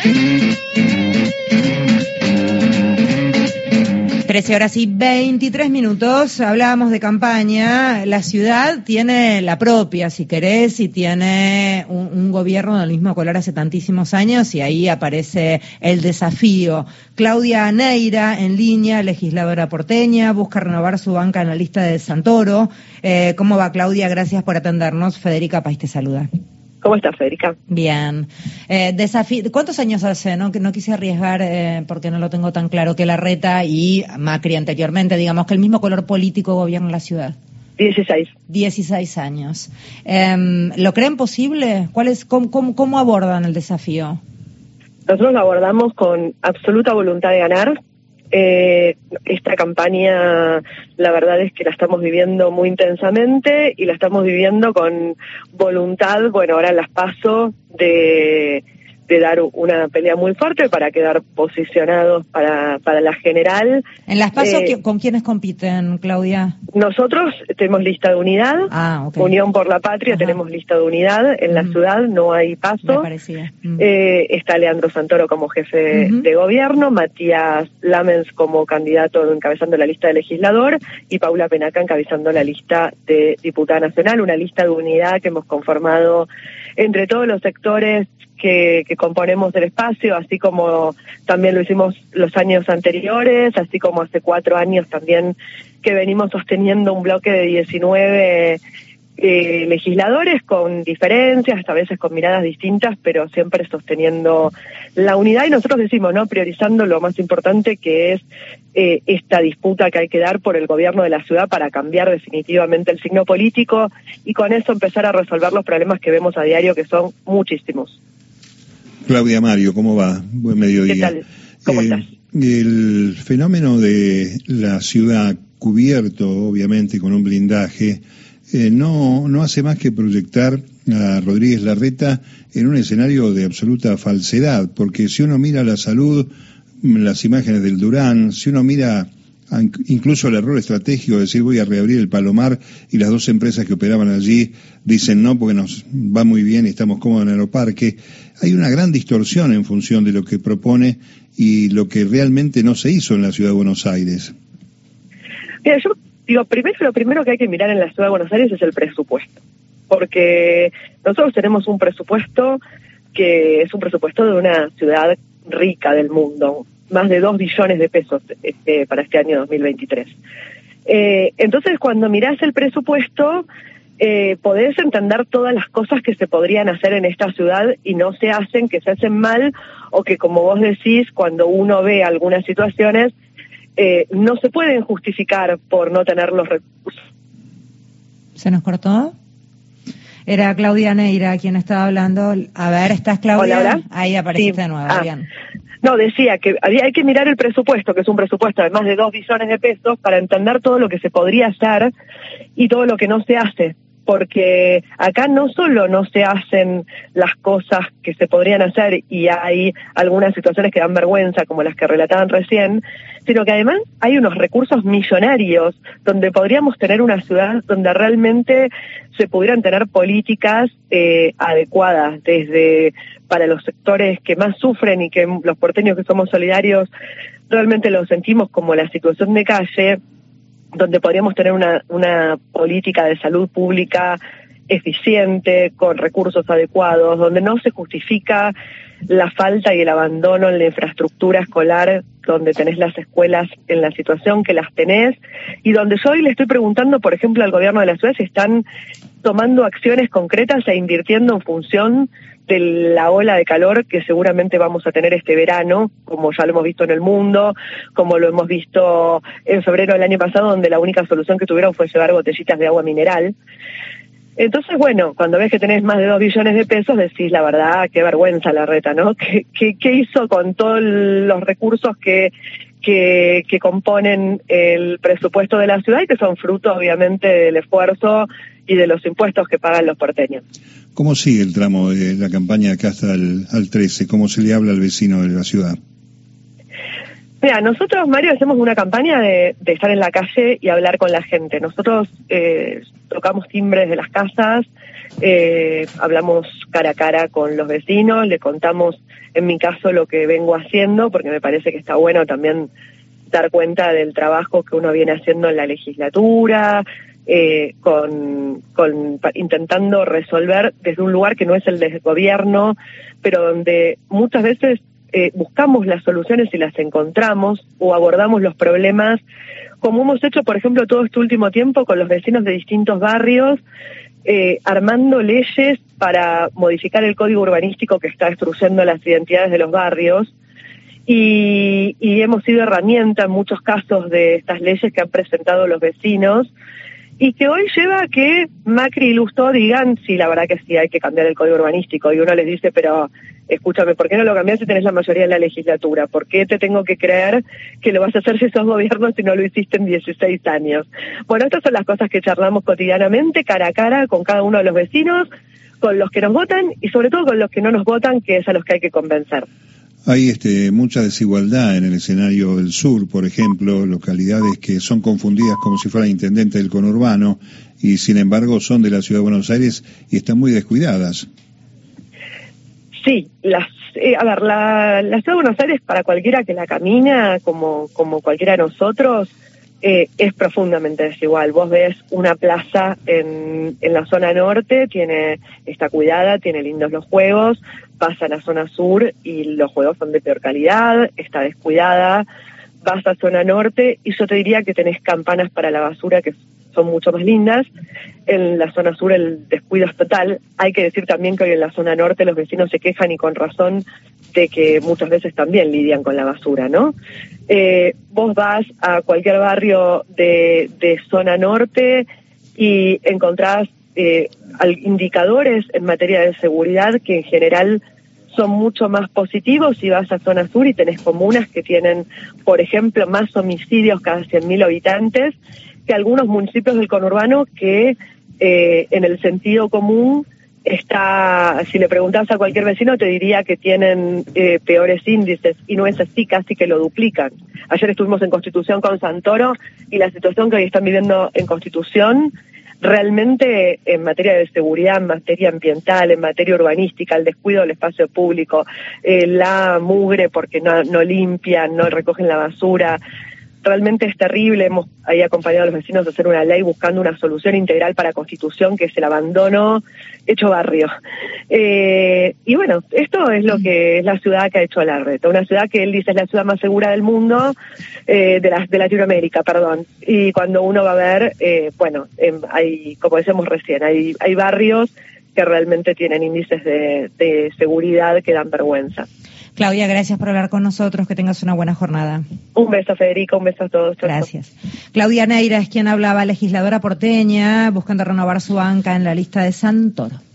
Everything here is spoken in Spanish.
13:23. Hablábamos de campaña. La ciudad tiene la propia, si querés, y tiene un gobierno del mismo color hace tantísimos años, y ahí aparece el desafío. Claudia Neira, en línea, legisladora porteña, busca renovar su banca en la lista de Santoro. ¿Cómo va, Claudia? Gracias por atendernos. Federica País te saluda. ¿Cómo estás, Federica? Bien. ¿Cuántos años hace? No quise arriesgar, porque no lo tengo tan claro, que Larreta y Macri anteriormente, digamos, que el mismo color político gobierna la ciudad. 16 años. ¿Lo creen posible? ¿Cómo abordan el desafío? Nosotros lo abordamos con absoluta voluntad de ganar. Esta campaña, la verdad es que la estamos viviendo muy intensamente y la estamos viviendo con voluntad, bueno, ahora las PASO, de dar una pelea muy fuerte para quedar posicionados para la general. ¿En las PASO con quiénes compiten, Claudia? Nosotros tenemos lista de unidad, okay. Unión por la Patria. Ajá. Tenemos lista de unidad en la ciudad, no hay PASO. Me parecía. Está Leandro Santoro como jefe de gobierno, Matías Lamens como candidato encabezando la lista de legislador y Paula Penaca encabezando la lista de diputada nacional, una lista de unidad que hemos conformado entre todos los sectores que componemos el espacio, así como también lo hicimos los años anteriores, así como hace 4 años también que venimos sosteniendo un bloque de 19 legisladores con diferencias, a veces con miradas distintas, pero siempre sosteniendo la unidad. Y nosotros decimos, ¿no?, priorizando lo más importante, que es esta disputa que hay que dar por el gobierno de la ciudad para cambiar definitivamente el signo político y con eso empezar a resolver los problemas que vemos a diario, que son muchísimos. Claudia, Mario, ¿cómo va? Buen mediodía. ¿Qué tal? ¿Cómo estás? El fenómeno de la ciudad cubierto, obviamente, con un blindaje, no hace más que proyectar a Rodríguez Larreta en un escenario de absoluta falsedad, porque si uno mira la salud, las imágenes del Durán, si uno mira incluso el error estratégico de decir voy a reabrir el Palomar y las 2 empresas que operaban allí dicen no porque nos va muy bien y estamos cómodos en el aeroparque, hay una gran distorsión en función de lo que propone y lo que realmente no se hizo en la Ciudad de Buenos Aires. Mira, yo digo, lo primero que hay que mirar en la Ciudad de Buenos Aires es el presupuesto, porque nosotros tenemos un presupuesto que es un presupuesto de una ciudad rica del mundo, más de 2 billones de pesos para este año 2023. Entonces, cuando mirás el presupuesto, podés entender todas las cosas que se podrían hacer en esta ciudad y no se hacen, que se hacen mal, o que, como vos decís, cuando uno ve algunas situaciones, no se pueden justificar por no tener los recursos. ¿Se nos cortó? Era Claudia Neira quien estaba hablando. A ver, ¿estás, Claudia? Hola. Ahí apareciste de nuevo, bien. No, decía que hay que mirar el presupuesto, que es un presupuesto de más de 2 billones de pesos, para entender todo lo que se podría hacer y todo lo que no se hace. Porque acá no solo no se hacen las cosas que se podrían hacer y hay algunas situaciones que dan vergüenza, como las que relataban recién, sino que además hay unos recursos millonarios donde podríamos tener una ciudad donde realmente se pudieran tener políticas adecuadas, desde para los sectores que más sufren y que los porteños que somos solidarios realmente lo sentimos, como la situación de calle, donde podríamos tener una política de salud pública eficiente, con recursos adecuados, donde no se justifica la falta y el abandono en la infraestructura escolar, donde tenés las escuelas en la situación que las tenés, y donde yo hoy le estoy preguntando, por ejemplo, al gobierno de la ciudad si están tomando acciones concretas e invirtiendo en función de la ola de calor que seguramente vamos a tener este verano, como ya lo hemos visto en el mundo, como lo hemos visto en febrero del año pasado, donde la única solución que tuvieron fue llevar botellitas de agua mineral. Entonces, bueno, cuando ves que tenés más de 2 billones de pesos, decís, la verdad, qué vergüenza Larreta, ¿no? ¿Qué hizo con todos los recursos que componen el presupuesto de la ciudad y que son fruto, obviamente, del esfuerzo y de los impuestos que pagan los porteños? ¿Cómo sigue el tramo de la campaña acá hasta al 13? ¿Cómo se le habla al vecino de la ciudad? Mira, nosotros, Mario, hacemos una campaña de estar en la calle y hablar con la gente. Nosotros tocamos timbres de las casas, hablamos cara a cara con los vecinos, le contamos, en mi caso, lo que vengo haciendo, porque me parece que está bueno también dar cuenta del trabajo que uno viene haciendo en la legislatura, intentando resolver desde un lugar que no es el del gobierno, pero donde muchas veces buscamos las soluciones y las encontramos, o abordamos los problemas, como hemos hecho, por ejemplo, todo este último tiempo con los vecinos de distintos barrios, armando leyes para modificar el código urbanístico que está destruyendo las identidades de los barrios, y hemos sido herramienta en muchos casos de estas leyes que han presentado los vecinos, y que hoy lleva a que Macri y Lustó digan, sí, la verdad que sí, hay que cambiar el código urbanístico, y uno les dice, pero escúchame, ¿por qué no lo cambiás si tenés la mayoría en la legislatura? ¿Por qué te tengo que creer que lo vas a hacer si sos gobierno si no lo hiciste en 16 años? Bueno, estas son las cosas que charlamos cotidianamente, cara a cara, con cada uno de los vecinos, con los que nos votan y sobre todo con los que no nos votan, que es a los que hay que convencer. Hay mucha desigualdad en el escenario del sur, por ejemplo, localidades que son confundidas como si fueran intendentes del conurbano y sin embargo son de la Ciudad de Buenos Aires y están muy descuidadas. Sí, la Ciudad de Buenos Aires, para cualquiera que la camina, como cualquiera de nosotros, es profundamente desigual. Vos ves una plaza en la zona norte, está cuidada, tiene lindos los juegos, vas a la zona sur y los juegos son de peor calidad, está descuidada, vas a zona norte y yo te diría que tenés campanas para la basura que son mucho más lindas. En la zona sur el descuido es total. Hay que decir también que hoy en la zona norte los vecinos se quejan, y con razón, de que muchas veces también lidian con la basura, ¿no? Vos vas a cualquier barrio de zona norte y encontrás indicadores en materia de seguridad que en general son mucho más positivos, y vas a zona sur y tenés comunas que tienen, por ejemplo, más homicidios cada 100.000 habitantes que algunos municipios del conurbano que en el sentido común si le preguntas a cualquier vecino te diría que tienen peores índices, y no es así, casi que lo duplican. Ayer estuvimos en Constitución con Santoro y la situación que hoy están viviendo en Constitución, realmente en materia de seguridad, en materia ambiental, en materia urbanística, el descuido del espacio público, la mugre porque no limpian, no recogen la basura, realmente es terrible. Hemos ahí acompañado a los vecinos a hacer una ley buscando una solución integral para Constitución, que es el abandono hecho barrio. Y bueno, esto es lo que es la ciudad que ha hecho Larreta, una ciudad que él dice es la ciudad más segura del mundo, de Latinoamérica, perdón. Y cuando uno va a ver, hay, como decíamos recién, hay barrios que realmente tienen índices de seguridad que dan vergüenza. Claudia, gracias por hablar con nosotros, que tengas una buena jornada. Un beso, Federica, un beso a todos. Gracias. Claudia Neira es quien hablaba, legisladora porteña, buscando renovar su banca en la lista de Santoro.